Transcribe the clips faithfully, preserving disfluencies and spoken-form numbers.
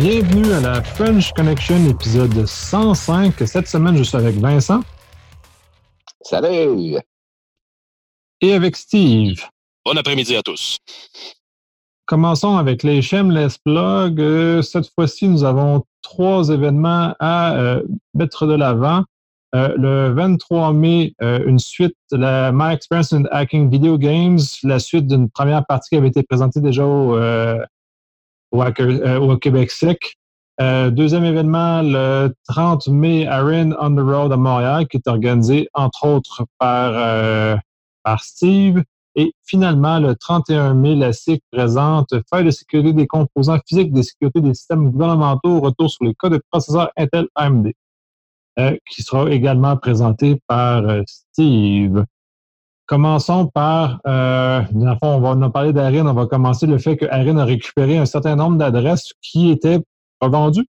Bienvenue à la French Connection, épisode cent cinq. Cette semaine, je suis avec Vincent. Salut! Et avec Steve. Bon après-midi à tous. Commençons avec les shameless plugs. Euh, cette fois-ci, nous avons trois événements à euh, mettre de l'avant. Euh, le vingt-trois mai, euh, une suite, la My Experience in Hacking Video Games, la suite d'une première partie qui avait été présentée déjà au, euh, au, Hacker, euh, au Québec Sec. Euh, deuxième événement, le trente mai, Aaron on the Road à Montréal, qui est organisé entre autres par, euh, par Steve. Et finalement, le trente et un mai, la S I C présente Failles de sécurité des composants physiques des sécurités des systèmes gouvernementaux, retour sur les cas de processeurs Intel A M D, euh, qui sera également présenté par euh, Steve. Commençons par, euh, dans le fond, on va en parler d'Aaron, on va commencer le fait que Aaron a récupéré un certain nombre d'adresses qui étaient revendues.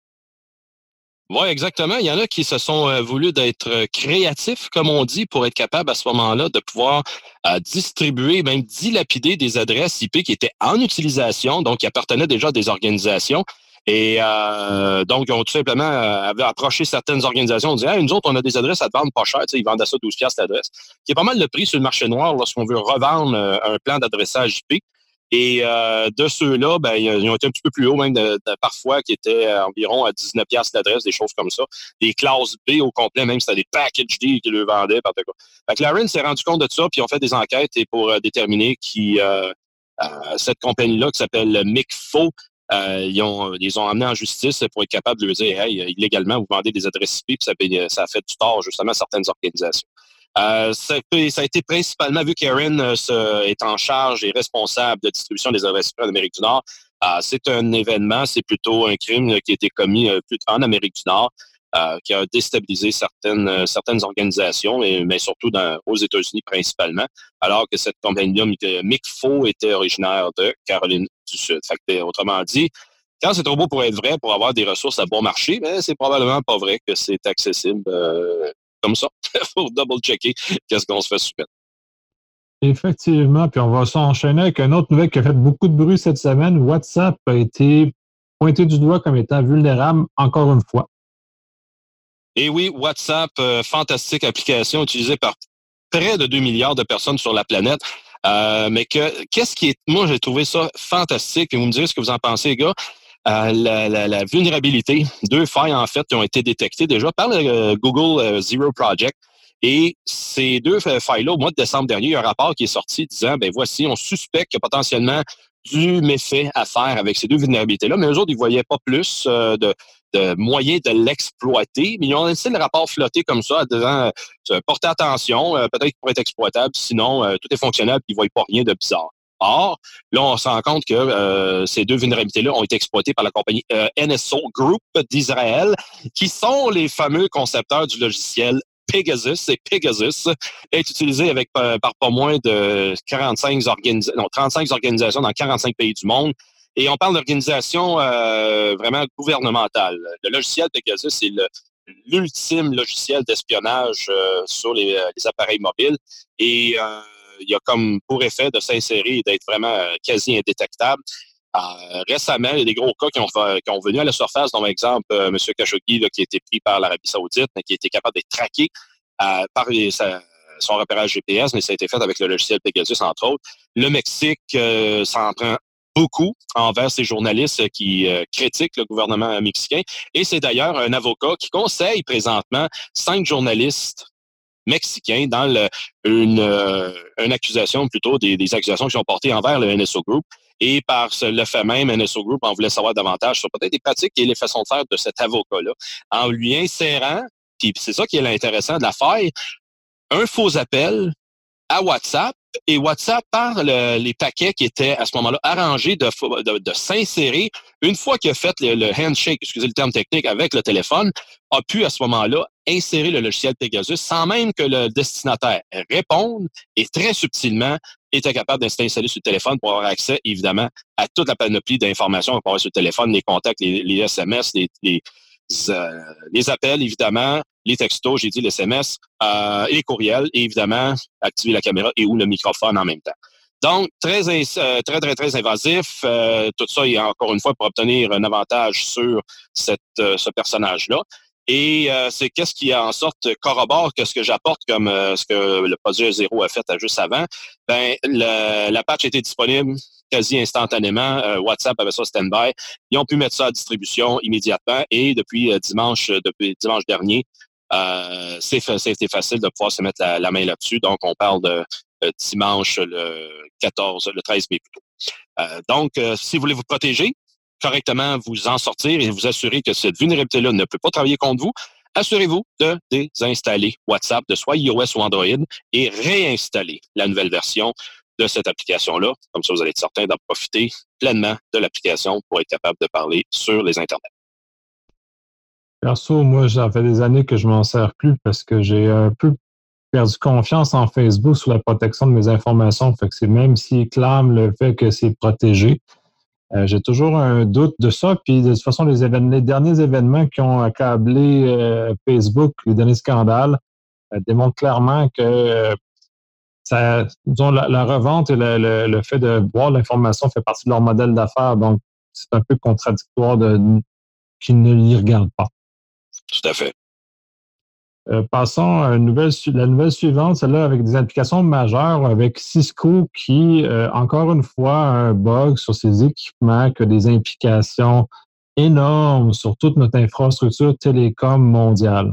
Oui, exactement. Il y en a qui se sont euh, voulu d'être créatifs, comme on dit, pour être capable à ce moment-là de pouvoir euh, distribuer, même dilapider des adresses I P qui étaient en utilisation, donc qui appartenaient déjà à des organisations. Et euh, donc, ils ont tout simplement euh, approché certaines organisations. On dit, hey, nous autres, on a des adresses à te vendre pas cher. Tu sais, ils vendent à ça douze piastres l'adresse, qui est pas mal le prix sur le marché noir lorsqu'on veut revendre euh, un plan d'adressage I P. Et euh, de ceux-là, ben, ils ont été un petit peu plus haut, même de, de, parfois, qui étaient euh, environ à dix-neuf piastres l'adresse, des choses comme ça. Des classes B au complet, même c'était des package D qui le vendaient. Par quoi. Fait que Laren s'est rendu compte de ça, puis ils ont fait des enquêtes et pour euh, déterminer qui euh, euh, cette compagnie-là qui s'appelle MICFO, euh, ils, ont, ils ont emmené en justice pour être capable de leur dire, hey, illégalement, vous vendez des adresses I P, puis ça, paye, ça a fait du tort justement à certaines organisations. Euh, ça, ça a été principalement, vu qu'Aaron euh, est en charge et responsable de distribution des adresses I P en Amérique du Nord, euh, c'est un événement, c'est plutôt un crime euh, qui a été commis euh, en Amérique du Nord, euh, qui a déstabilisé certaines, euh, certaines organisations, et, mais surtout dans, aux États-Unis principalement, alors que cette compagnie-là, MICFO, était originaire de Caroline du Sud. Fait que, autrement dit, quand c'est trop beau pour être vrai, pour avoir des ressources à bon marché, ben, c'est probablement pas vrai que c'est accessible euh, comme ça. Il faut double-checker qu'est-ce qu'on se fait soumettre. Effectivement, puis on va s'enchaîner avec une autre nouvelle qui a fait beaucoup de bruit cette semaine. WhatsApp a été pointé du doigt comme étant vulnérable encore une fois. Et oui, WhatsApp, euh, fantastique application utilisée par près de deux milliards de personnes sur la planète. Euh, mais que qu'est-ce qui est... Moi, j'ai trouvé ça fantastique. Et vous me direz ce que vous en pensez, les gars. Euh, la, la, la vulnérabilité, deux failles en fait qui ont été détectées déjà par le euh, Google euh, Zero Project. Et ces deux failles-là, au mois de décembre dernier, il y a un rapport qui est sorti disant, ben voici, on suspecte qu'il y a potentiellement du méfait à faire avec ces deux vulnérabilités-là, mais eux autres, ils ne voyaient pas plus euh, de, de moyens de l'exploiter, mais ils ont laissé le rapport flotter comme ça, en disant, euh, portez attention, euh, peut-être qu'il pourrait être exploitable, sinon euh, tout est fonctionnel, puis ils ne voient pas rien de bizarre. Or, là, on se rend compte que euh, ces deux vulnérabilités-là ont été exploitées par la compagnie euh, N S O Group d'Israël, qui sont les fameux concepteurs du logiciel Pegasus. Et Pegasus est utilisé avec euh, par pas moins de quarante-cinq organisa- non, trente-cinq organisations dans quarante-cinq pays du monde. Et on parle d'organisations euh, vraiment gouvernementales. Le logiciel Pegasus, c'est le, l'ultime logiciel d'espionnage euh, sur les, les appareils mobiles. Et euh, il y a comme pour effet de s'insérer et d'être vraiment quasi indétectable. Euh, récemment, il y a des gros cas qui ont, qui ont venu à la surface, dont par exemple euh, M. Khashoggi, là, qui a été pris par l'Arabie Saoudite, mais qui a été capable d'être traqué euh, par les, sa, son repérage G P S, mais ça a été fait avec le logiciel Pegasus, entre autres. Le Mexique euh, s'en prend beaucoup envers ces journalistes qui euh, critiquent le gouvernement mexicain. Et c'est d'ailleurs un avocat qui conseille présentement cinq journalistes mexicains dans le, une, euh, une accusation, plutôt des, des accusations qui sont portées envers le N S O Group. Et par le fait même, N S O Group en voulait savoir davantage sur peut-être des pratiques et les façons de faire de cet avocat-là, en lui insérant, puis c'est ça qui est l'intéressant de l'affaire, un faux appel à WhatsApp, et WhatsApp, par le, les paquets qui étaient à ce moment-là arrangés de, de, de s'insérer, une fois qu'il a fait le, le handshake, excusez le terme technique, avec le téléphone, a pu à ce moment-là insérer le logiciel Pegasus sans même que le destinataire réponde, et très subtilement était capable d'installer sur le téléphone pour avoir accès, évidemment, à toute la panoplie d'informations qu'on peut avoir sur le téléphone, les contacts, les, les S M S, les, les, euh, les appels, évidemment, les textos, j'ai dit les S M S, euh, et les courriels, et évidemment, activer la caméra et ou le microphone en même temps. Donc, très, euh, très, très, très invasif. Euh, tout ça, il y a encore une fois pour obtenir un avantage sur cette, euh, ce personnage-là. Et euh, c'est qu'est-ce qui en sorte corrobore que ce que j'apporte comme euh, ce que le produit zéro a fait à juste avant. Ben, le, la patch était disponible quasi instantanément. Euh, WhatsApp avait ça stand-by. Ils ont pu mettre ça à distribution immédiatement. Et depuis euh, dimanche, depuis dimanche dernier, euh, c'est, c'était facile de pouvoir se mettre la, la main là-dessus. Donc, on parle de euh, dimanche le quatorze, le treize mai plutôt. Euh, donc, euh, si vous voulez vous protéger, correctement vous en sortir et vous assurer que cette vulnérabilité-là ne peut pas travailler contre vous, assurez-vous de désinstaller WhatsApp de soit iOS ou Android et réinstaller la nouvelle version de cette application-là. Comme ça, vous allez être certain d'en profiter pleinement de l'application pour être capable de parler sur les Internets. Perso, moi, ça fait des années que je m'en sers plus parce que j'ai un peu perdu confiance en Facebook sur la protection de mes informations. Fait que c'est même s'ils clament le fait que c'est protégé, euh, j'ai toujours un doute de ça. Puis de toute façon, les, événements, les derniers événements qui ont accablé euh, Facebook, les derniers scandales, euh, démontrent clairement que euh, ça, disons, la, la revente et le, le, le fait de voir l'information fait partie de leur modèle d'affaires. Donc, c'est un peu contradictoire de, qu'ils ne l'y regardent pas. Tout à fait. Euh, passons à une nouvelle, la nouvelle suivante, celle-là avec des implications majeures avec Cisco qui, euh, encore une fois, a un bug sur ses équipements qui a des implications énormes sur toute notre infrastructure télécom mondiale.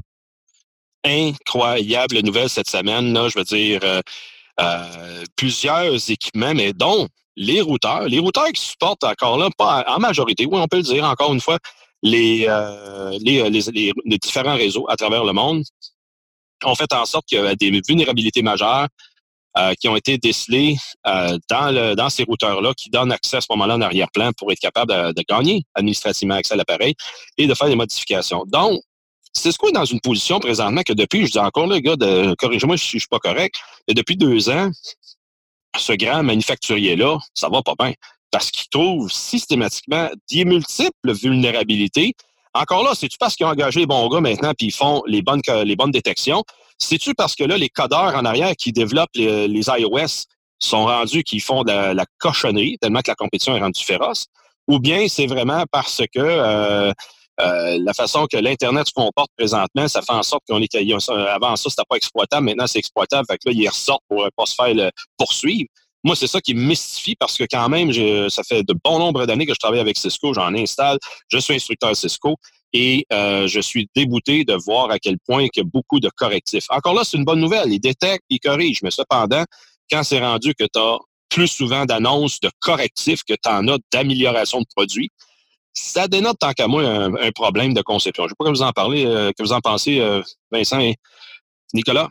Incroyable nouvelle cette semaine, là, je veux dire, euh, euh, plusieurs équipements, mais dont les routeurs. Les routeurs qui supportent encore là, pas en majorité, oui, on peut le dire encore une fois, les, euh, les, les, les, les différents réseaux à travers le monde ont fait en sorte qu'il y a des vulnérabilités majeures euh, qui ont été décelées euh, dans, le, dans ces routeurs-là qui donnent accès à ce moment-là en arrière-plan pour être capable de, de gagner administrativement accès à l'appareil et de faire des modifications. Donc, Cisco est dans une position présentement que depuis, je dis encore, le gars, de, corrigez-moi si je suis pas correct, mais depuis deux ans, ce grand manufacturier-là, ça va pas bien. Parce qu'il trouve systématiquement des multiples vulnérabilités. Encore là, c'est-tu parce qu'ils ont engagé les bons gars maintenant puis ils font les bonnes, les bonnes détections? C'est-tu parce que là, les codeurs en arrière qui développent les, les iOS sont rendus qui font de la, la cochonnerie tellement que la compétition est rendue féroce? Ou bien c'est vraiment parce que euh, euh, la façon que l'Internet se comporte présentement, ça fait en sorte qu'on est avant ça, c'était pas exploitable, maintenant c'est exploitable, fait que là, ils ressortent pour ne pas se faire le poursuivre. Moi, c'est ça qui me mystifie parce que quand même, je, ça fait de bon nombre d'années que je travaille avec Cisco, j'en installe, je suis instructeur Cisco et euh, je suis débouté de voir à quel point il y a beaucoup de correctifs. Encore là, c'est une bonne nouvelle, ils détectent, ils corrigent, mais cependant, quand c'est rendu que tu as plus souvent d'annonces de correctifs que tu en as d'amélioration de produits, ça dénote tant qu'à moi un, un problème de conception. Je ne sais pas que vous en parlez, euh, que vous en pensez, euh, Vincent et Nicolas.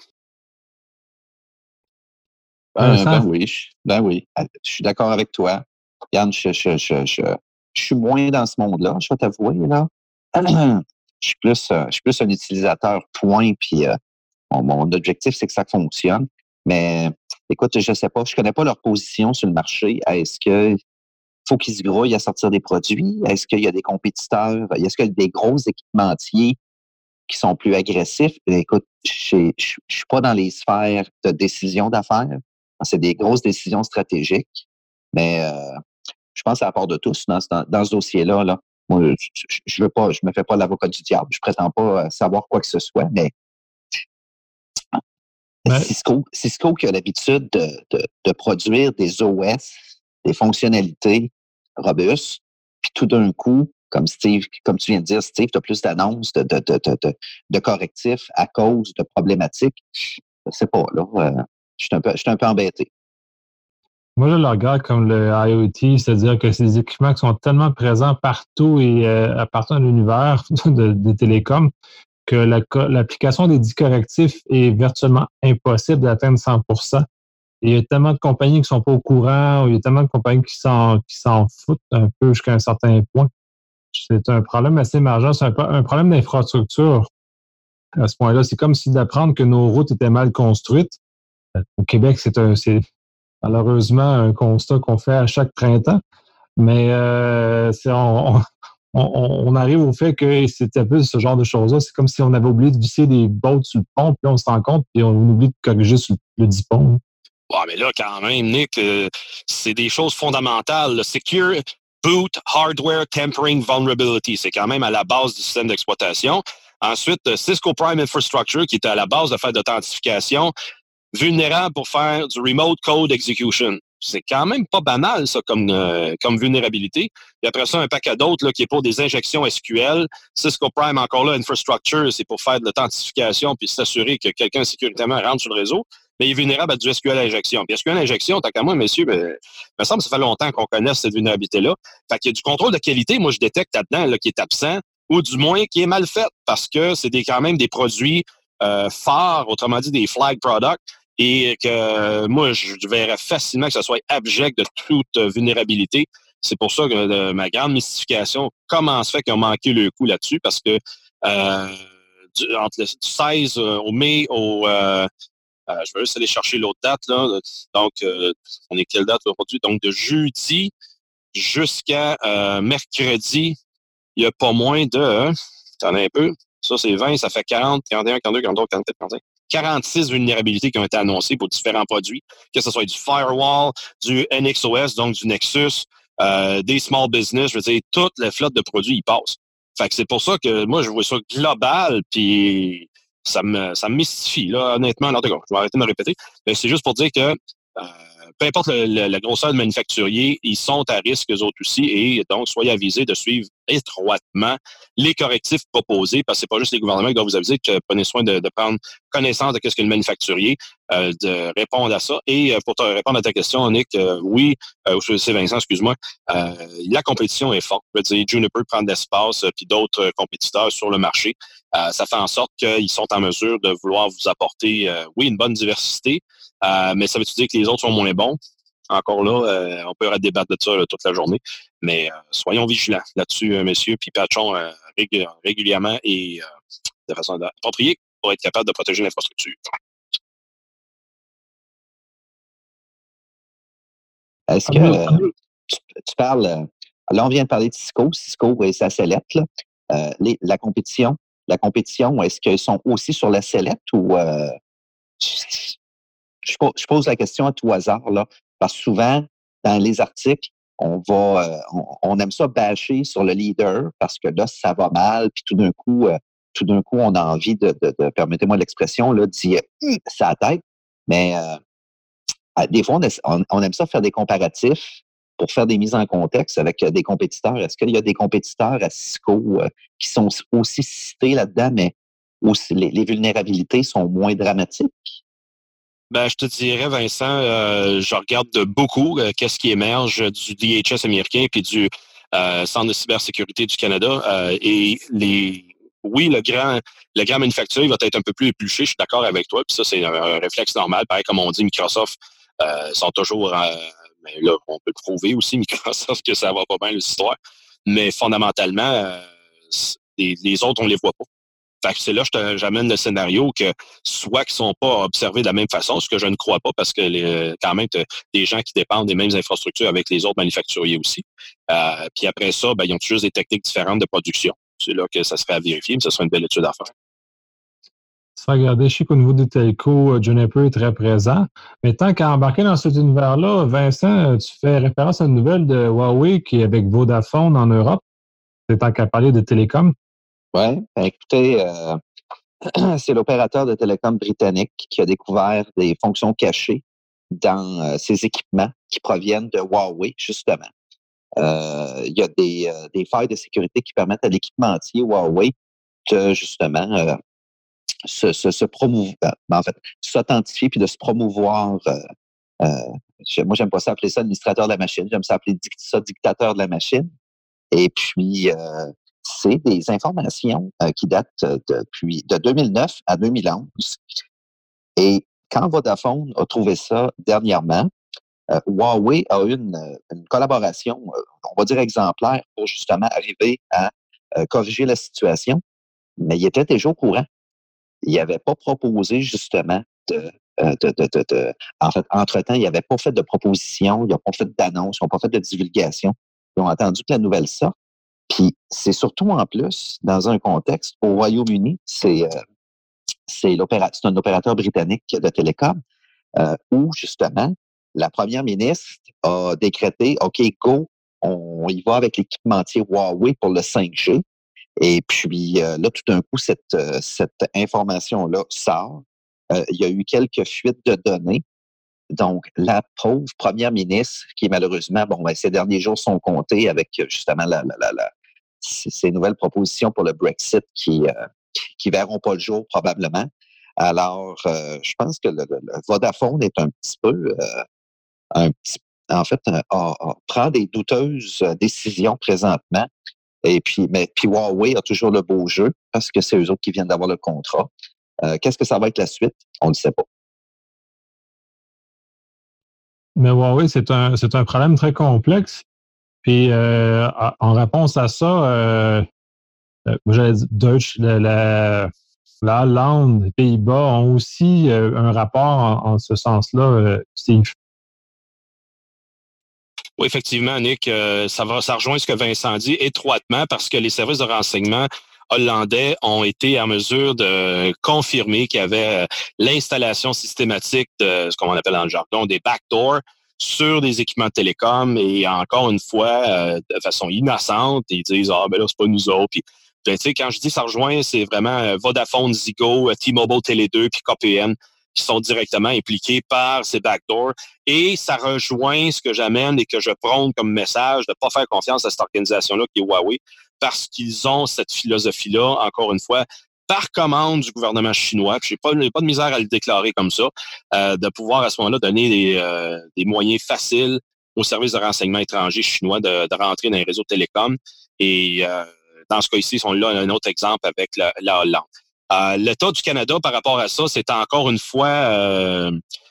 Ben, ben oui, je, ben oui, je suis d'accord avec toi. Regarde, je, je, je, je, je suis moins dans ce monde-là, je vais t'avouer, là. Je suis plus, je suis plus un utilisateur point, puis euh, mon, mon objectif, c'est que ça fonctionne. Mais écoute, je ne sais pas, je ne connais pas leur position sur le marché. Est-ce que faut qu'ils se grouillent à sortir des produits? Est-ce qu'il y a des compétiteurs? Est-ce qu'il y a des gros équipementiers qui sont plus agressifs? Écoute, je ne suis pas dans les sphères de décision d'affaires. C'est des grosses décisions stratégiques. Mais euh, je pense à la part de tous dans, dans, dans ce dossier-là. Là. Moi, je, je veux pas, je me fais pas l'avocat du diable. Je prétends pas savoir quoi que ce soit, mais ouais. Cisco, Cisco qui a l'habitude de, de, de produire des O S, des fonctionnalités robustes, puis tout d'un coup, comme Steve, comme tu viens de dire, Steve, tu as plus d'annonces, de, de, de, de, de correctifs à cause de problématiques. Je sais pas, là. Euh, je suis un peu, je suis un peu embêté. Moi, je le regarde comme le IoT, c'est-à-dire que c'est des équipements qui sont tellement présents partout et euh, partout dans l'univers de, des télécoms que la, l'application des dix correctifs est virtuellement impossible d'atteindre cent pour cent. Et il y a tellement de compagnies qui ne sont pas au courant, ou il y a tellement de compagnies qui s'en, qui s'en foutent un peu jusqu'à un certain point. C'est un problème assez majeur. C'est un, un problème d'infrastructure à ce point-là. C'est comme si d'apprendre que nos routes étaient mal construites. Au Québec, c'est, un, c'est malheureusement un constat qu'on fait à chaque printemps. Mais euh, c'est, on, on, on arrive au fait que c'est un peu ce genre de choses-là. C'est comme si on avait oublié de visser des bottes sur le pont, puis on se rend compte, puis on oublie de corriger sur le dit pont. Ouais, mais là, quand même, Nick, euh, c'est des choses fondamentales. Le Secure Boot Hardware Tempering Vulnerability, c'est quand même à la base du système d'exploitation. Ensuite, Cisco Prime Infrastructure, qui est à la base de faire d'authentification, vulnérable pour faire du Remote Code Execution. C'est quand même pas banal, ça, comme, euh, comme vulnérabilité. Et après ça, un paquet d'autres là, qui est pour des injections S Q L. Cisco Prime, encore là, Infrastructure, c'est pour faire de l'authentification puis s'assurer que quelqu'un sécuritairement rentre sur le réseau. Mais il est vulnérable à du S Q L injection. Puis S Q L injection, tant qu'à moi, messieurs, ben, il me semble que ça fait longtemps qu'on connaisse cette vulnérabilité-là. Fait qu'il y a du contrôle de qualité, moi, je détecte là-dedans là, qui est absent ou du moins qui est mal fait parce que c'est des, quand même des produits euh, phares, autrement dit des flag products, et que euh, moi, je verrais facilement que ça soit abject de toute euh, vulnérabilité. C'est pour ça que euh, ma grande mystification, comment se fait qu'ils ont manqué le coup là-dessus, parce que euh, du, entre le seize euh, au mai au... Euh, euh, je vais juste aller chercher l'autre date, là. Donc, euh, on est quelle date aujourd'hui? Donc, de jeudi jusqu'à euh, mercredi, il n'y a pas moins de... Hein, t'en as un peu. Ça, c'est vingt, ça fait quarante, quarante et un, quarante-deux, quarante-trois, quarante-quatre, quarante-cinq. quarante-six vulnérabilités qui ont été annoncées pour différents produits, que ce soit du firewall, du N X O S, donc du Nexus, euh, des small business, je veux dire, toute la flotte de produits y passe. Fait que c'est pour ça que moi, je vois ça global, puis ça me, ça me mystifie, là, honnêtement. En tout cas, je vais arrêter de me répéter, mais c'est juste pour dire que euh, peu importe le, le, la grosseur de manufacturier, ils sont à risque, eux autres aussi, et donc, soyez avisés de suivre étroitement les correctifs proposés, parce que c'est pas juste les gouvernements qui doivent vous aviser que prenez soin de, de prendre connaissance de ce que le manufacturier, euh, de répondre à ça. Et euh, pour te répondre à ta question, Nick, euh, oui, euh, c'est Vincent, excuse-moi, euh, la compétition est forte. Je veux dire, Juniper prend de l'espace, euh, puis d'autres euh, compétiteurs sur le marché. Euh, ça fait en sorte qu'ils sont en mesure de vouloir vous apporter, euh, oui, une bonne diversité, euh, mais ça veut dire que les autres sont moins bons. Encore là, euh, on peut débattre de ça là, toute la journée. Mais euh, soyons vigilants là-dessus, euh, messieurs, puis patchons euh, rég- régulièrement et euh, de façon appropriée pour être capable de protéger l'infrastructure. Est-ce que euh, tu, tu parles... Euh, là, on vient de parler de Cisco, Cisco et sa sellette. Là. Euh, les, la compétition, la compétition, est-ce qu'ils sont aussi sur la sellette ou... Euh, je, je pose la question à tout hasard, là, parce que souvent, dans les articles, on va, euh, on, on aime ça bâcher sur le leader parce que là, ça va mal, puis tout d'un coup, euh, tout d'un coup, on a envie de, de, de permettez-moi l'expression, là, d'y euh, sa tête. Mais euh, des fois, on, on aime ça faire des comparatifs pour faire des mises en contexte avec des compétiteurs. Est-ce qu'il y a des compétiteurs à Cisco euh, qui sont aussi cités là-dedans, mais où les, les vulnérabilités sont moins dramatiques? Ben, je te dirais, Vincent, euh, je regarde de beaucoup euh, qu'est-ce qui émerge du D H S américain puis du euh, Centre de cybersécurité du Canada. Euh, et les oui, le grand, le grand manufacturier va être un peu plus épluché, je suis d'accord avec toi, puis ça, c'est un, un réflexe normal. Pareil, comme on dit, Microsoft euh, sont toujours euh, mais là, on peut le prouver aussi, Microsoft, que ça va pas bien l'histoire. Mais fondamentalement, euh, les, les autres, on les voit pas. Fait que c'est là que j'amène le scénario que soit qu'ils ne sont pas observés de la même façon, ce que je ne crois pas, parce que les, quand même, des gens qui dépendent des mêmes infrastructures avec les autres manufacturiers aussi. Euh, puis après ça, ben, ils ont juste des techniques différentes de production. C'est là que ça serait à vérifier, mais ce serait une belle étude à faire. Ça, regardez, je sais qu'au niveau des telcos, Juniper est très présent. Mais tant qu'à embarquer dans cet univers-là, Vincent, tu fais référence à une nouvelle de Huawei qui est avec Vodafone en Europe. C'est tant qu'à parler de télécom. Oui, ben écoutez, euh, c'est l'opérateur de télécom britannique qui a découvert des fonctions cachées dans euh, ses équipements qui proviennent de Huawei, justement. Euh, il y a des, euh, des failles de sécurité qui permettent à l'équipementier Huawei de, justement, euh, se, se, se promouvoir, en fait, s'authentifier puis de se promouvoir. Euh, euh, moi, j'aime pas ça appeler ça administrateur de la machine, j'aime ça appeler ça dictateur de la machine. Et puis, euh, c'est des informations euh, qui datent depuis de deux mille neuf à deux mille onze. Et quand Vodafone a trouvé ça dernièrement, euh, Huawei a eu une, une collaboration, euh, on va dire exemplaire, pour justement arriver à euh, corriger la situation. Mais il était déjà au courant. Il n'avait pas proposé justement de, de, de, de, de... En fait, entre-temps, il n'avait pas fait de proposition, il n'a pas fait d'annonce, ils n'ont pas fait de divulgation. Ils ont attendu que la nouvelle sorte. Puis c'est surtout en plus, dans un contexte, au Royaume-Uni, c'est euh, c'est l'opéra- c'est un opérateur britannique de télécom, euh, où, justement, la première ministre a décrété, OK, go, on y va avec l'équipementier Huawei pour le cinq G. Et puis euh, là, tout d'un coup, cette, euh, cette information-là sort. Euh, il y a eu quelques fuites de données. Donc, la pauvre première ministre, qui malheureusement, bon, ben, ces derniers jours sont comptés avec justement la, la, la, la, ces nouvelles propositions pour le Brexit qui euh, qui verront pas le jour probablement. Alors, euh, je pense que le, le, le Vodafone est un petit peu, euh, un petit, en fait, euh, a, a, prend des douteuses décisions présentement. Et puis, mais puis Huawei a toujours le beau jeu parce que c'est eux autres qui viennent d'avoir le contrat. Euh, qu'est-ce que ça va être la suite? On ne le sait pas. Mais Huawei, c'est un, c'est un problème très complexe. Puis, euh, en réponse à ça, euh, euh, j'allais dire Deutsch, la, la, la Hollande, les Pays-Bas ont aussi euh, un rapport en, en ce sens-là, euh, Steve. Oui, effectivement, Nick, euh, ça, va, ça rejoint ce que Vincent dit étroitement parce que les services de renseignement hollandais ont été en mesure de confirmer qu'il y avait l'installation systématique de ce qu'on appelle dans le jargon des backdoors sur des équipements de télécom et encore une fois, euh, de façon innocente, ils disent « Ah, ben là, c'est pas nous autres. » Puis, ben, tu sais, quand je dis ça rejoint, c'est vraiment Vodafone, Ziggo, T-Mobile, Télé deux, puis K P N qui sont directement impliqués par ces backdoors. Et ça rejoint ce que j'amène et que je prône comme message de ne pas faire confiance à cette organisation-là qui est Huawei parce qu'ils ont cette philosophie-là, encore une fois, par commande du gouvernement chinois, puis je n'ai pas, pas de misère à le déclarer comme ça, euh, de pouvoir à ce moment-là donner des, euh, des moyens faciles aux services de renseignement étrangers chinois de, de rentrer dans les réseaux télécoms. Et euh, dans ce cas-ci, on a un autre exemple avec la, la Hollande. Euh, L'État du Canada, par rapport à ça, c'est encore une fois euh,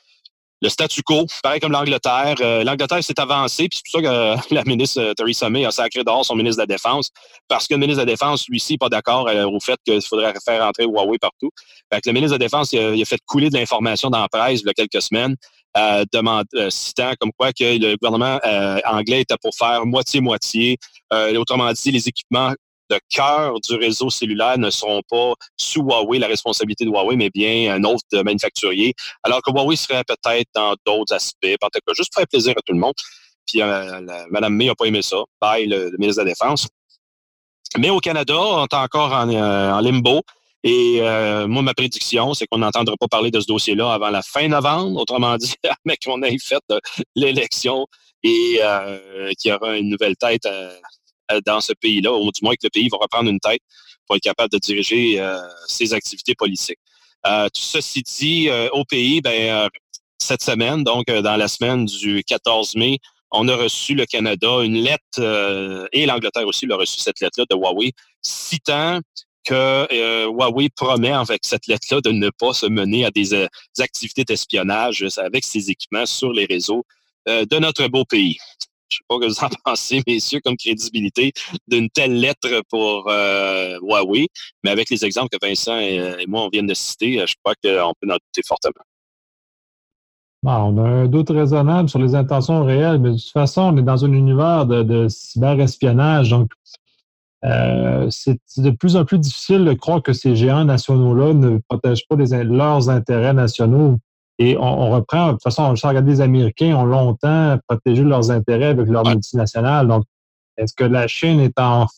le statu quo, pareil comme l'Angleterre. Euh, L'Angleterre s'est avancée, puis c'est pour ça que euh, la ministre euh, Theresa May a sacré dehors son ministre de la Défense, parce que le ministre de la Défense, lui-ci, n'est pas d'accord euh, au fait qu'il faudrait faire rentrer Huawei partout. Fait que le ministre de la Défense, il a, il a fait couler de l'information dans la presse il y a quelques semaines, euh, demande, euh, citant comme quoi que le gouvernement euh, anglais était pour faire moitié-moitié. Euh, autrement dit, les équipements de cœur du réseau cellulaire ne seront pas sous Huawei, la responsabilité de Huawei, mais bien un autre manufacturier. Alors que Huawei serait peut-être dans d'autres aspects. En tout cas, juste pour faire plaisir à tout le monde. Puis euh, la, Mme May n'a pas aimé ça. Bye, le, le ministre de la Défense. Mais au Canada, on est encore en, euh, en limbo. Et euh, moi, ma prédiction, c'est qu'on n'entendra pas parler de ce dossier-là avant la fin novembre. Autrement dit, mais qu'on ait fait euh, l'élection et euh, qu'il y aura une nouvelle tête à, dans ce pays-là, ou du moins que le pays va reprendre une tête pour être capable de diriger euh, ses activités politiques. Euh, tout ceci dit, euh, au pays, ben, euh, cette semaine, donc euh, dans la semaine du quatorze mai, on a reçu le Canada une lettre, euh, et l'Angleterre aussi l'a reçu cette lettre-là de Huawei, citant que euh, Huawei promet avec cette lettre-là de ne pas se mener à des, euh, des activités d'espionnage avec ses équipements sur les réseaux euh, de notre beau pays. Je ne sais pas ce que vous en pensez, messieurs, comme crédibilité d'une telle lettre pour euh, Huawei, mais avec les exemples que Vincent et, et moi, on vient de citer, je crois qu'on peut en douter fortement. Bon, on a un doute raisonnable sur les intentions réelles, mais de toute façon, on est dans un univers de, de cyberespionnage, donc euh, c'est de plus en plus difficile de croire que ces géants nationaux-là ne protègent pas les, leurs intérêts nationaux. Et on, on reprend, de toute façon, on regarde les Américains ont longtemps protégé leurs intérêts avec leurs ouais. multinationales. Donc, est-ce que la Chine est en...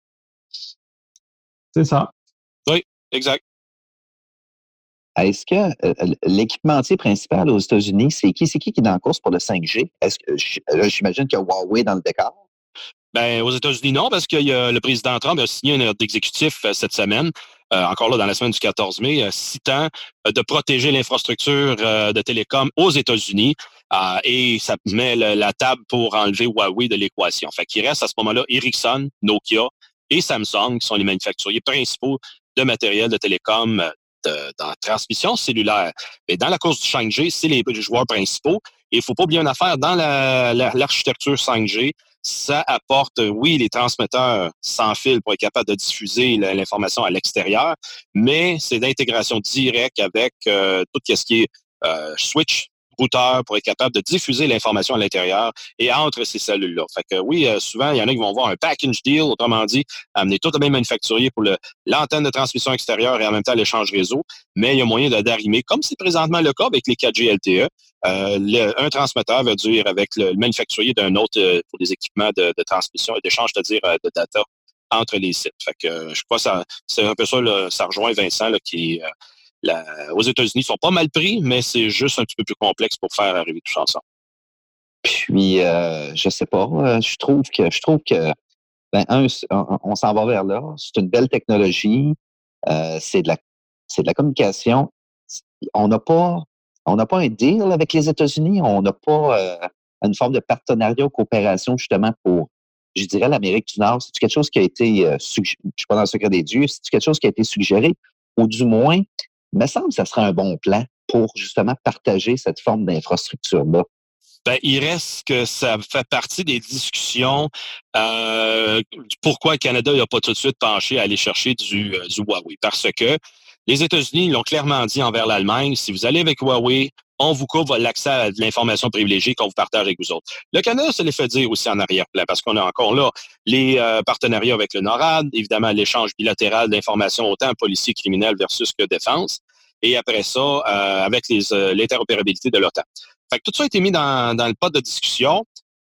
C'est ça. Oui, exact. Est-ce que euh, l'équipementier principal aux États-Unis, c'est qui? C'est qui qui est dans la course pour le cinq G? Est-ce que là, j'imagine qu'il y a Huawei dans le décor? Ben, aux États-Unis, non, parce que y a, le président Trump a signé un ordre d'exécutif euh, cette semaine, euh, encore là dans la semaine du quatorze mai, euh, citant euh, de protéger l'infrastructure euh, de télécom aux États-Unis euh, et ça met le, la table pour enlever Huawei de l'équation. Fait qu'il reste à ce moment-là Ericsson, Nokia et Samsung qui sont les manufacturiers principaux de matériel de télécom de, dans la transmission cellulaire. Mais dans la course du cinq G, c'est les joueurs principaux. Et il ne faut pas oublier une affaire, dans la, la, l'architecture cinq G, ça apporte, oui, les transmetteurs sans fil pour être capable de diffuser l'information à l'extérieur, mais c'est l'intégration directe avec euh, tout ce qui est euh, switch routeur pour être capable de diffuser l'information à l'intérieur et entre ces cellules-là. Fait que oui, euh, souvent, il y en a qui vont voir un package deal, autrement dit, amener tout le même manufacturier pour le, l'antenne de transmission extérieure et en même temps l'échange réseau, mais il y a moyen de, d'arrimer, comme c'est présentement le cas avec les quatre G L T E, euh, le, un transmetteur veut dire avec le, le manufacturier d'un autre euh, pour des équipements de, de transmission et d'échange, c'est-à-dire euh, de data entre les sites. Fait que euh, je crois que ça, c'est un peu ça, là, ça rejoint Vincent là, qui euh, la, aux États-Unis, ils sont pas mal pris, mais c'est juste un petit peu plus complexe pour faire arriver tout ça ensemble. Puis, euh, je sais pas, euh, je trouve que, je trouve que, ben, un, on, on s'en va vers là. C'est une belle technologie. Euh, c'est de la, c'est de la communication. On n'a pas, on n'a pas un deal avec les États-Unis. On n'a pas euh, une forme de partenariat ou coopération justement pour, je dirais, l'Amérique du Nord. C'est quelque chose qui a été, euh, suggéré, je suis pas dans le secret des dieux, c'est quelque chose qui a été suggéré, ou du moins, il me semble que ça serait un bon plan pour justement partager cette forme d'infrastructure-là. Ben, il reste que ça fait partie des discussions euh, pourquoi le Canada n'a pas tout de suite penché à aller chercher du, euh, du Huawei. Parce que les États-Unis l'ont clairement dit envers l'Allemagne, si vous allez avec Huawei, on vous couvre l'accès à de l'information privilégiée qu'on vous partage avec vous autres. Le Canada se les fait dire aussi en arrière-plan, parce qu'on a encore là les euh, partenariats avec le NORAD, évidemment l'échange bilatéral d'informations autant policiers criminels versus que défense, et après ça, euh, avec les, euh, l'interopérabilité de l'OTAN. Fait que tout ça a été mis dans, dans le pot de discussion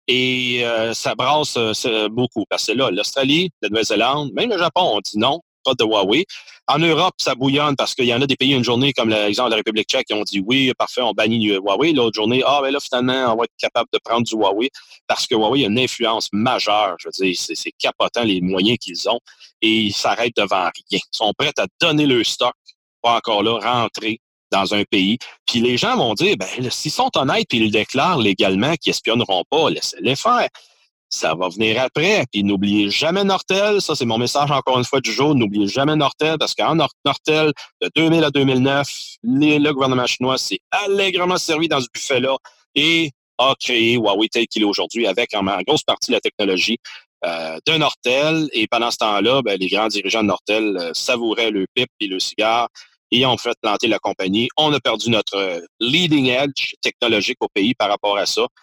et euh, ça brasse euh, beaucoup. Parce que là, l'Australie, la Nouvelle-Zélande, même le Japon ont dit non, pas de Huawei. En Europe, ça bouillonne parce qu'il y en a des pays une journée, comme l'exemple de la République tchèque, qui ont dit oui, parfait, on bannit Huawei. L'autre journée, ah, ben là, finalement, on va être capable de prendre du Huawei parce que Huawei a une influence majeure. Je veux dire, c'est, c'est capotant les moyens qu'ils ont et ils s'arrêtent devant rien. Ils sont prêts à donner leur stock, pas encore là, rentrer dans un pays. Puis les gens vont dire, ben, s'ils sont honnêtes et ils le déclarent légalement qu'ils espionneront pas, laissez-les faire. Ça va venir après. Puis n'oubliez jamais Nortel. Ça, c'est mon message encore une fois du jour. N'oubliez jamais Nortel parce qu'en Nortel, de deux mille à deux mille neuf, les, le gouvernement chinois s'est allègrement servi dans ce buffet-là et a créé Huawei tel qu'il est aujourd'hui avec en, en grosse partie la technologie euh, de Nortel. Et pendant ce temps-là, ben, les grands dirigeants de Nortel euh, savouraient le pipe et le cigare et ont fait planter la compagnie. On a perdu notre leading edge technologique au pays par rapport à ça.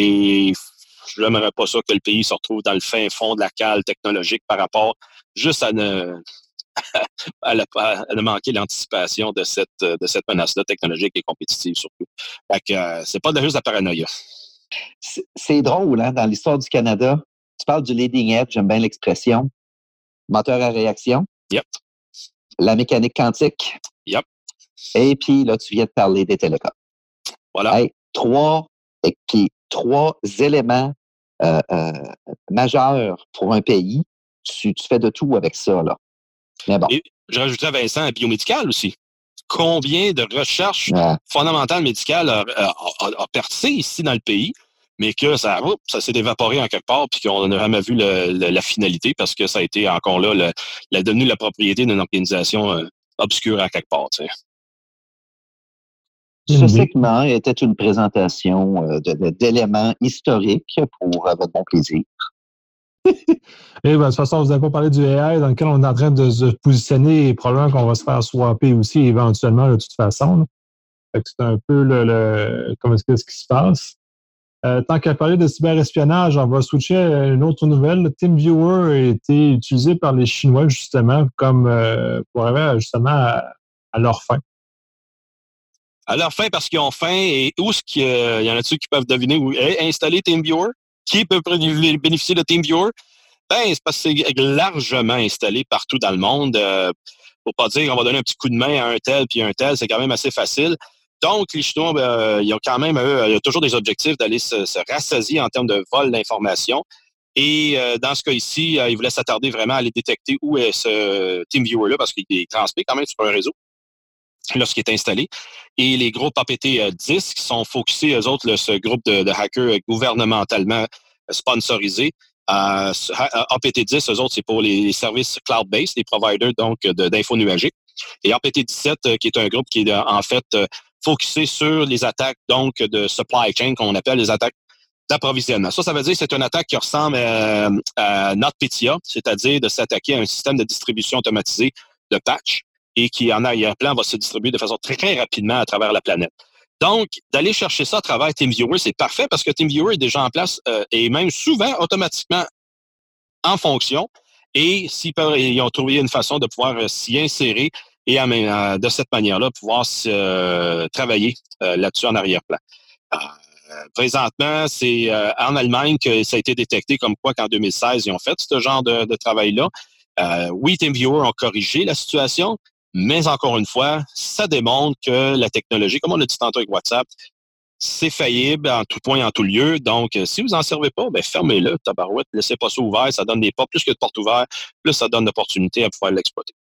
Et je n'aimerais pas ça que le pays se retrouve dans le fin fond de la cale technologique par rapport juste à ne, à, la, à ne manquer l'anticipation de cette, de cette menace-là technologique et compétitive surtout. Fait que euh, c'est pas juste la paranoïa. C'est, c'est drôle, hein, dans l'histoire du Canada. Tu parles du leading edge, j'aime bien l'expression. Moteur à réaction. Yep. La mécanique quantique. Yep. Et puis, là, tu viens de parler des télécoms. Voilà. Hey, trois, et puis, trois éléments euh, euh, majeurs pour un pays. Tu, tu fais de tout avec ça, là. Mais bon. Et je rajouterais, Vincent, un biomédical aussi. Combien de recherches ouais. fondamentales médicales a, a, a, a percé ici dans le pays, mais que ça, ça s'est évaporé en quelque part puis qu'on n'a jamais vu le, le, la finalité parce que ça a été encore là, le, la devenu la propriété d'une organisation euh, obscure à quelque part. Tu sais. Ce segment était une présentation euh, de, de, d'éléments historiques pour euh, votre bon plaisir. Et ben, de toute façon, vous n'avez pas parlé du A I dans lequel on est en train de se positionner et probablement qu'on va se faire swapper aussi éventuellement de toute façon. Fait que c'est un peu le, le comment est-ce, ce qui se passe. Euh, tant qu'à parler de cyberespionnage, on va switcher à une autre nouvelle. TeamViewer a été utilisé par les Chinois justement comme euh, pour arriver justement à, à leur fin. À leur fin parce qu'ils ont faim et où est-ce qu'il y, y en a-t-il qui peuvent deviner où hey, installer TeamViewer? Qui peut bénéficier de TeamViewer? Ben, c'est parce que c'est largement installé partout dans le monde. Euh, pour pas dire qu'on va donner un petit coup de main à un tel puis un tel, c'est quand même assez facile. Donc, les Chinois, ben, ils ont quand même, eux, il y a toujours des objectifs d'aller se, se rassasier en termes de vol d'informations. Et euh, dans ce cas ici, euh, ils voulaient s'attarder vraiment à aller détecter où est ce TeamViewer-là parce qu'il est transmis quand même sur un réseau lorsqu'il est installé. Et les groupes A P T dix qui sont focusés, eux autres, là, ce groupe de, de hackers gouvernementalement sponsorisés. Euh, A P T dix, eux autres, c'est pour les, les services cloud-based, les providers donc de, d'infos nuagiques. Et A P T dix-sept, euh, qui est un groupe qui est en fait euh, focusé sur les attaques donc de supply chain, qu'on appelle les attaques d'approvisionnement. Ça, ça veut dire que c'est une attaque qui ressemble à, à NotPetya, c'est-à-dire de s'attaquer à un système de distribution automatisé de patch et qui, en arrière-plan, va se distribuer de façon très, très rapidement à travers la planète. Donc, d'aller chercher ça à travers TeamViewer, c'est parfait parce que TeamViewer est déjà en place euh, et même souvent automatiquement en fonction. Et s'ils peuvent, ils ont trouvé une façon de pouvoir euh, s'y insérer et à, euh, de cette manière-là, pouvoir euh, travailler euh, là-dessus en arrière-plan. Euh, présentement, c'est euh, en Allemagne que ça a été détecté comme quoi qu'en deux mille seize, ils ont fait ce genre de, de travail-là. Euh, oui, TeamViewer ont corrigé la situation, mais encore une fois, ça démontre que la technologie, comme on l'a dit tantôt avec WhatsApp, c'est faillible en tout point, en tout lieu. Donc, euh, si vous n'en servez pas, ben fermez-le, tabarouette, laissez pas ça ouvert, ça donne des portes. Plus que de portes ouvertes, plus ça donne d'opportunités à pouvoir l'exploiter.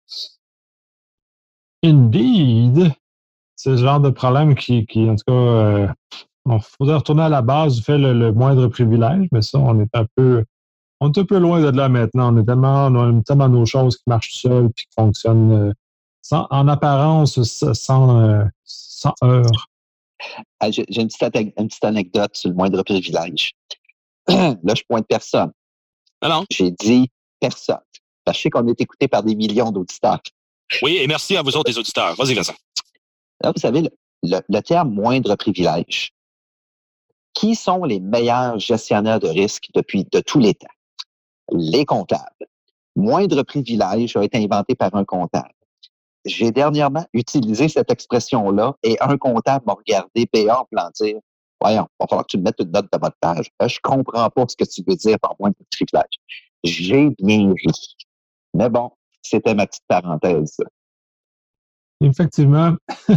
Indeed! C'est ce genre de problème qui, qui en tout cas, euh, on faudrait retourner à la base du fait le, le moindre privilège, mais ça, on est un peu, on est un peu loin de là maintenant. On est tellement, on a tellement nos choses qui marchent seules et qui fonctionnent euh, sans, en apparence sans, euh, sans heurts. Ah, j'ai, j'ai une, petite, une petite anecdote sur le moindre privilège. Là, je pointe personne. Alors? J'ai dit personne. Parce que je sais qu'on est écouté par des millions d'auditeurs. Oui, et merci à vous autres, les auditeurs. Vas-y, Vincent. Là, vous savez, le, le, le terme moindre privilège. Qui sont les meilleurs gestionnaires de risques depuis de tous les temps? Les comptables. Moindre privilège a été inventé par un comptable. J'ai dernièrement utilisé cette expression-là et un comptable m'a regardé béant en dire « Voyons, il va falloir que tu me mettes une note de votre page. Je comprends pas ce que tu veux dire par moindre privilège. » J'ai bien ri. Mais bon, c'était ma petite parenthèse. Effectivement.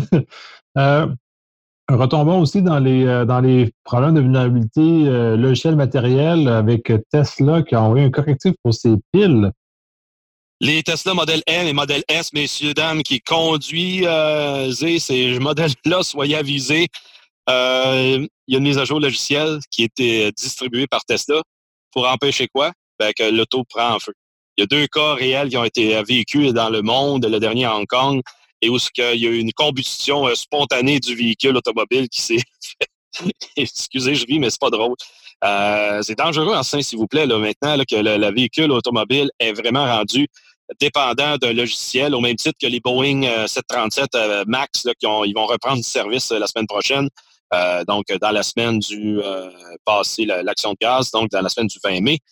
euh, Retombons aussi dans les, euh, dans les problèmes de vulnérabilité euh, logicielle matérielle avec Tesla qui a envoyé un correctif pour ses piles. Les Tesla Model M et Model S, messieurs, dames, qui conduisent euh, ces modèles-là, soyez avisés. Euh, il y a une mise à jour logicielle qui a été distribuée par Tesla pour empêcher quoi? Ben, que l'auto prend en feu. Il y a deux cas réels qui ont été vécus dans le monde, le dernier à Hong Kong, et où il y a eu une combustion euh, spontanée du véhicule automobile qui s'est excusez, je ris, mais c'est pas drôle. Euh, c'est dangereux, enfin, s'il vous plaît, là, maintenant, là, que le, le véhicule automobile est vraiment rendu dépendant d'un logiciel, au même titre que les Boeing euh, sept cent trente-sept euh, MAX, là, qui ont, ils vont reprendre du service euh, la semaine prochaine. Euh, donc, dans la semaine du euh, passé, la, l'action de gaz, donc dans la semaine du vingt mai.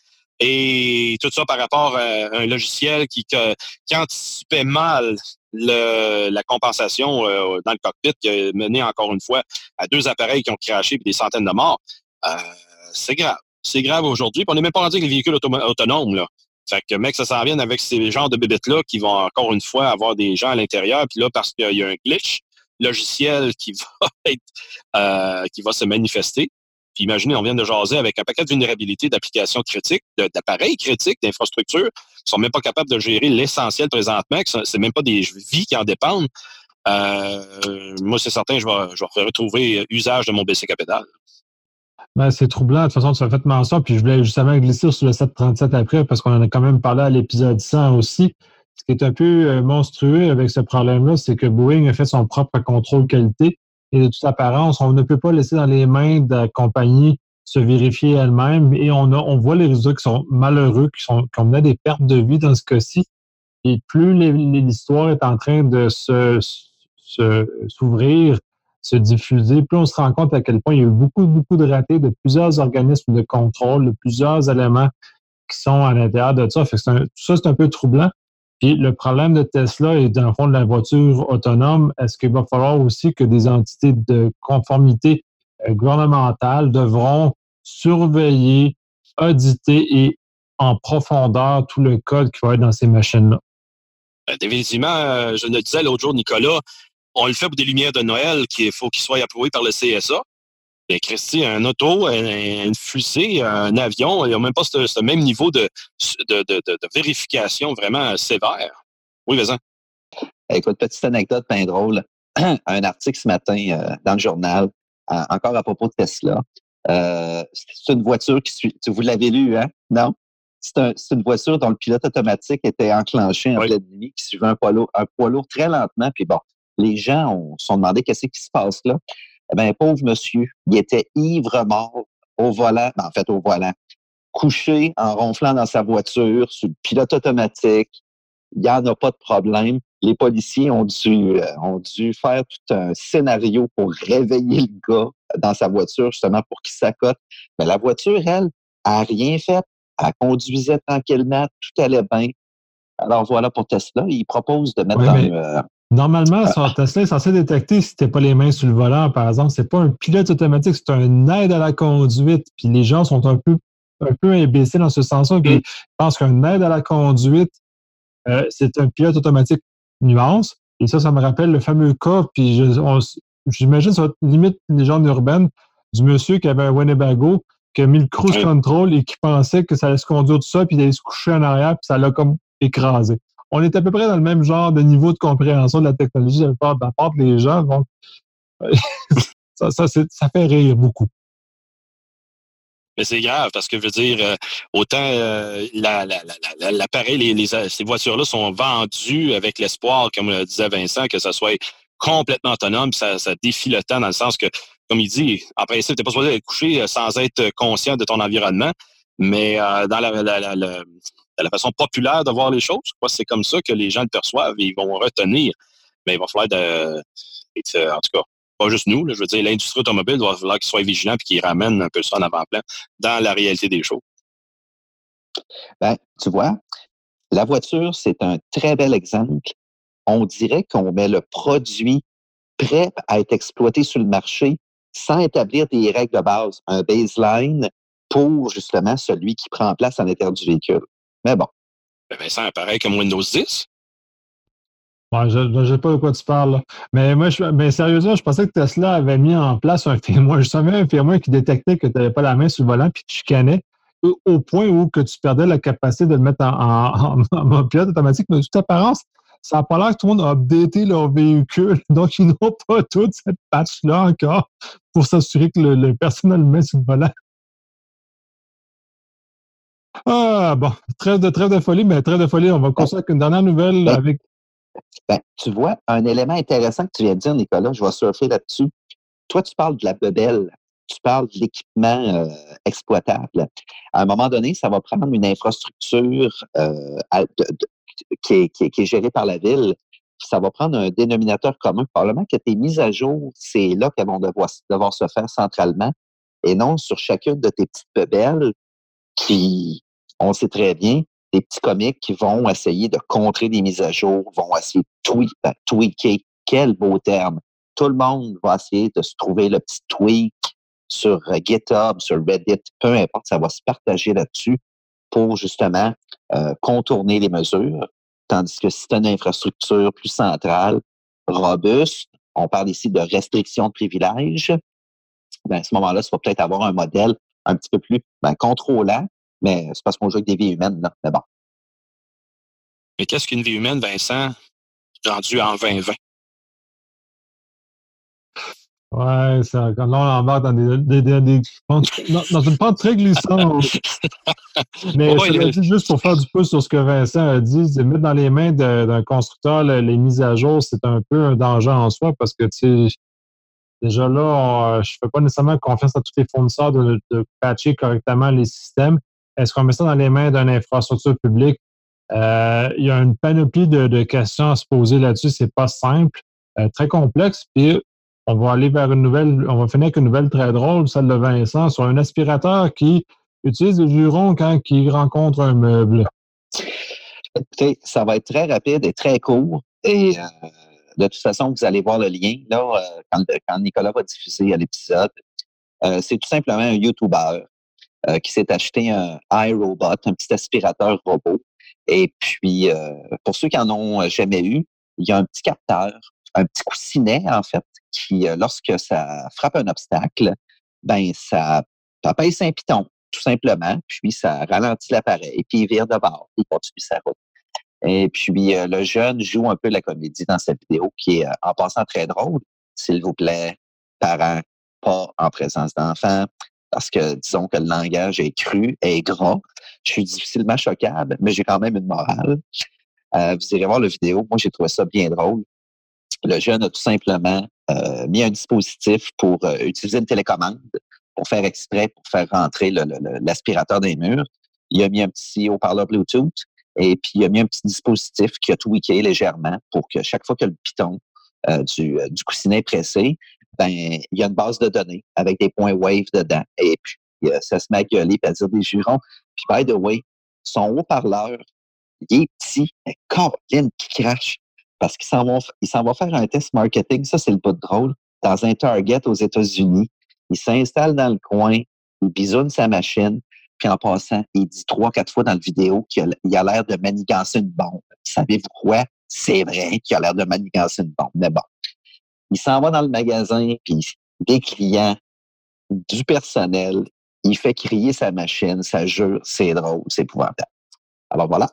Et tout ça par rapport à un logiciel qui, que, qui anticipait mal le, la compensation euh, dans le cockpit, qui a mené encore une fois à deux appareils qui ont crashé et des centaines de morts. Euh, c'est grave. C'est grave aujourd'hui. Puis on n'est même pas rendu avec les véhicules auto- autonomes, là. Fait que, mec, ça s'en vient avec ces genres de bébites-là qui vont encore une fois avoir des gens à l'intérieur. Puis là, parce qu'il y a un glitch logiciel qui va être, euh, qui va se manifester. Puis imaginez, on vient de jaser avec un paquet de vulnérabilités d'applications critiques, de, d'appareils critiques, d'infrastructures qui sont même pas capables de gérer l'essentiel présentement, que c'est même pas des vies qui en dépendent. Euh, moi, c'est certain, je vais, je vais retrouver usage de mon B C K pédale. Ben, c'est troublant. De toute façon, tu as fait mention, puis je voulais justement glisser sur le sept cent trente-sept après, parce qu'on en a quand même parlé à l'épisode cent aussi. Ce qui est un peu monstrueux avec ce problème-là, c'est que Boeing a fait son propre contrôle qualité et de toute apparence, on ne peut pas laisser dans les mains de la compagnie se vérifier elle-même et on, a, on voit les résultats qui sont malheureux, qui, sont, qui ont mené à des pertes de vie dans ce cas-ci. Et plus les, l'histoire est en train de se, se, s'ouvrir, se diffuser, plus on se rend compte à quel point il y a eu beaucoup, beaucoup de ratés de plusieurs organismes de contrôle, de plusieurs éléments qui sont à l'intérieur de ça. Fait que c'est un, tout ça, c'est un peu troublant. Puis le problème de Tesla et dans le fond de la voiture autonome, est-ce qu'il va falloir aussi que des entités de conformité gouvernementales devront surveiller, auditer et en profondeur tout le code qui va être dans ces machines-là? Définitivement, je le disais l'autre jour, Nicolas, on le fait pour des lumières de Noël qu'il faut qu'ils soient approuvés par le C S A. Et Christy, un auto, une fusée, un avion, il n'y a même pas ce, ce même niveau de, de, de, de vérification vraiment sévère. Oui, vas-y. Écoute, petite anecdote bien drôle. Un article ce matin euh, dans le journal, euh, encore à propos de Tesla. Euh, c'est une voiture qui suit. Vous l'avez lu, hein? Non? C'est, un, c'est une voiture dont le pilote automatique était enclenché en oui. pleine nuit, qui suivait un poids lourd, un poids lourd très lentement. Puis bon, les gens se sont demandé qu'est-ce qui se passe là. Eh bien, pauvre monsieur, il était ivre-mort au volant, en fait au volant, couché en ronflant dans sa voiture, sur le pilote automatique. il n'y en a pas de problème. Les policiers ont dû, euh, ont dû faire tout un scénario pour réveiller le gars dans sa voiture, justement, pour qu'il s'accote. Mais la voiture, elle, a rien fait. Elle conduisait tranquillement, tout allait bien. Alors voilà pour Tesla, ils proposent de mettre oui, un... mais Euh, normalement, euh, sur Tesla est censé détecter si tu n'as pas les mains sur le volant, par exemple. C'est pas un pilote automatique, c'est un aide à la conduite. Puis les gens sont un peu, un peu imbéciles dans ce sens-là. Puis ils pensent qu'un aide à la conduite, euh, c'est un pilote automatique nuance. Et ça, ça me rappelle le fameux cas, puis je, on, j'imagine ça va être limite légende urbaine, du monsieur qui avait un Winnebago, qui a mis le cruise Oui. control et qui pensait que ça allait se conduire tout ça, puis il allait se coucher en arrière, puis ça l'a comme écrasé. On est à peu près dans le même genre de niveau de compréhension de la technologie de la part, de la part des gens. Donc, ça, ça, c'est, ça fait rire beaucoup. Mais c'est grave parce que, je veux dire, euh, autant euh, la, la, la, l'appareil, les, les, ces voitures-là sont vendues avec l'espoir, comme le disait Vincent, que ça soit complètement autonome, ça, ça défie le temps dans le sens que, comme il dit, en principe, tu n'es pas supposé être couché sans être conscient de ton environnement, mais euh, dans la, la, la, la, la façon populaire de voir les choses, je crois que c'est comme ça que les gens le perçoivent et ils vont retenir. Mais il va falloir, de, en tout cas, pas juste nous, là, je veux dire, l'industrie automobile doit falloir qu'ils soient vigilants et qu'ils ramènent un peu ça en avant-plan dans la réalité des choses. Ben, tu vois, la voiture, c'est un très bel exemple. On dirait qu'on met le produit prêt à être exploité sur le marché sans établir des règles de base, un baseline pour justement celui qui prend place à l'intérieur du véhicule. Mais bon. Ben Vincent, pareil comme Windows dix. Ouais, je ne sais pas de quoi tu parles. Là. Mais moi, je, mais sérieusement, je pensais que Tesla avait mis en place un firmware. Je savais un firmware qui détectait que tu n'avais pas la main sur le volant puis tu chicanais au, au point où que tu perdais la capacité de le mettre en, en, en, en pilote automatique. Mais de toute apparence, ça n'a pas l'air que tout le monde a updaté leur véhicule. Donc, ils n'ont pas toute cette patch-là encore pour s'assurer que le, le personne a le main sur le volant. Ah, bon, trêve de, trêve de folie, mais trêve de folie. On va continuer avec une dernière nouvelle ben, avec. Ben, tu vois, un élément intéressant que tu viens de dire, Nicolas, je vais surfer là-dessus. Toi, tu parles de la bebelle, tu parles de l'équipement euh, exploitable. À un moment donné, ça va prendre une infrastructure euh, à, de, de, qui, est, qui, est, qui est gérée par la ville. Ça va prendre un dénominateur commun. Probablement que tes mises à jour, c'est là qu'elles vont devoir, devoir se faire centralement et non sur chacune de tes petites bebelles qui, on sait très bien, des petits comiques qui vont essayer de contrer des mises à jour, vont essayer de tweak, ben, tweaker. Quel beau terme. Tout le monde va essayer de se trouver le petit tweak sur GitHub, sur Reddit, peu importe, ça va se partager là-dessus pour justement euh, contourner les mesures. Tandis que si tu as une infrastructure plus centrale, robuste, on parle ici de restriction de privilèges, ben, à ce moment-là, ça va peut-être avoir un modèle un petit peu plus ben, contrôlant, mais c'est parce qu'on joue avec des vies humaines, là. Mais bon. Mais qu'est-ce qu'une vie humaine, Vincent, rendue en vingt vingt? Ouais, ça, quand là, on embarque dans, des, des, des, des dans, dans une pente très glissante. Mais ouais, cela dit, juste pour faire du pouce sur ce que Vincent a dit, c'est mettre dans les mains de, d'un constructeur les, les mises à jour, c'est un peu un danger en soi parce que, tu sais, déjà là, on, je ne fais pas nécessairement confiance à tous les fournisseurs de, de patcher correctement les systèmes. Est-ce qu'on met ça dans les mains d'une infrastructure publique? Euh, il y a une panoplie de, de questions à se poser là-dessus. C'est pas simple, euh, très complexe. Puis on va aller vers une nouvelle, on va finir avec une nouvelle très drôle, celle de Vincent, sur un aspirateur qui utilise le juron quand il rencontre un meuble. Écoutez, ça va être très rapide et très court. Et euh, de toute façon, vous allez voir le lien là, euh, quand, quand Nicolas va diffuser l'épisode. Euh, c'est tout simplement un YouTuber euh, qui s'est acheté un iRobot, un petit aspirateur robot. Et puis, euh, pour ceux qui en ont jamais eu, il y a un petit capteur, un petit coussinet, en fait, qui, euh, lorsque ça frappe un obstacle, ben ça, ça pèse un piton, tout simplement, puis ça ralentit l'appareil, puis il vire de bord, puis il continue sa route. Et puis, euh, le jeune joue un peu la comédie dans cette vidéo, qui est, euh, en passant, très drôle. S'il vous plaît, parents, pas en présence d'enfants, parce que, disons que le langage est cru, est gras. Je suis difficilement choquable, mais j'ai quand même une morale. Euh, vous irez voir la vidéo. Moi, j'ai trouvé ça bien drôle. Le jeune a tout simplement euh, mis un dispositif pour euh, utiliser une télécommande pour faire exprès, pour faire rentrer le, le, le, l'aspirateur dans les murs. Il a mis un petit haut-parleur Bluetooth Et puis, il a mis un petit dispositif qui a tweaké légèrement pour que chaque fois que le piton euh, du, euh, du coussinet est pressé, ben, il y a une base de données avec des points wave dedans. Et puis, euh, ça se met à gueuler et à dire des jurons. Puis, by the way, son haut-parleur, il est petit, mais Colin qui crache. Parce qu'il s'en va, il s'en va faire un test marketing. Ça, c'est le bout de drôle. Dans un Target aux États-Unis. Il s'installe dans le coin, il bisoune sa machine, puis en passant, il dit trois, quatre fois dans la vidéo qu'il a, il a l'air de manigancer une bombe. Savez-vous quoi? C'est vrai qu'il a l'air de manigancer une bombe. Mais bon. Il s'en va dans le magasin, puis des clients, du personnel, il fait crier sa machine, ça jure, c'est drôle, c'est épouvantable. Alors voilà.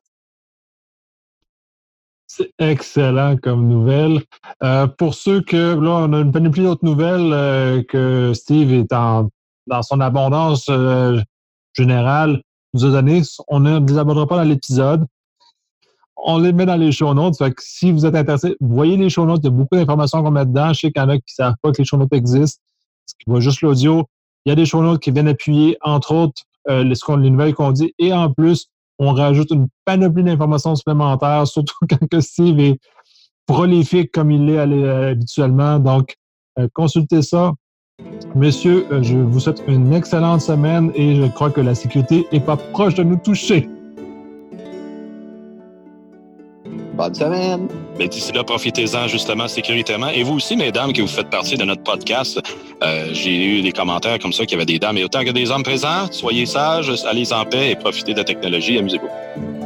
C'est excellent comme nouvelle. Euh, pour ceux que, là, on a une panoplie d'autres nouvelles euh, que Steve est en, dans son abondance euh, générale, nous a donné. On ne les abordera pas dans l'épisode. On les met dans les show notes. Fait que si vous êtes intéressé, voyez les show notes. Il y a beaucoup d'informations qu'on met dedans. Je sais qu'il y en a qui ne savent pas que les show notes existent. Parce qu'ils voient juste l'audio. Il y a des show notes qui viennent appuyer, entre autres, euh, les, les nouvelles qu'on dit. Et en plus, on rajoute une panoplie d'informations supplémentaires, surtout quand Steve est prolifique comme il l'est habituellement. Donc, euh, consultez ça. Messieurs, euh, je vous souhaite une excellente semaine et je crois que la sécurité n'est pas proche de nous toucher. Bonne semaine! Mais d'ici là, profitez-en justement sécuritairement. Et vous aussi, mesdames, qui vous faites partie de notre podcast, euh, j'ai eu des commentaires comme ça qu'il y avait des dames et autant que des hommes présents. Soyez sages, allez en paix et profitez de la technologie. Amusez-vous.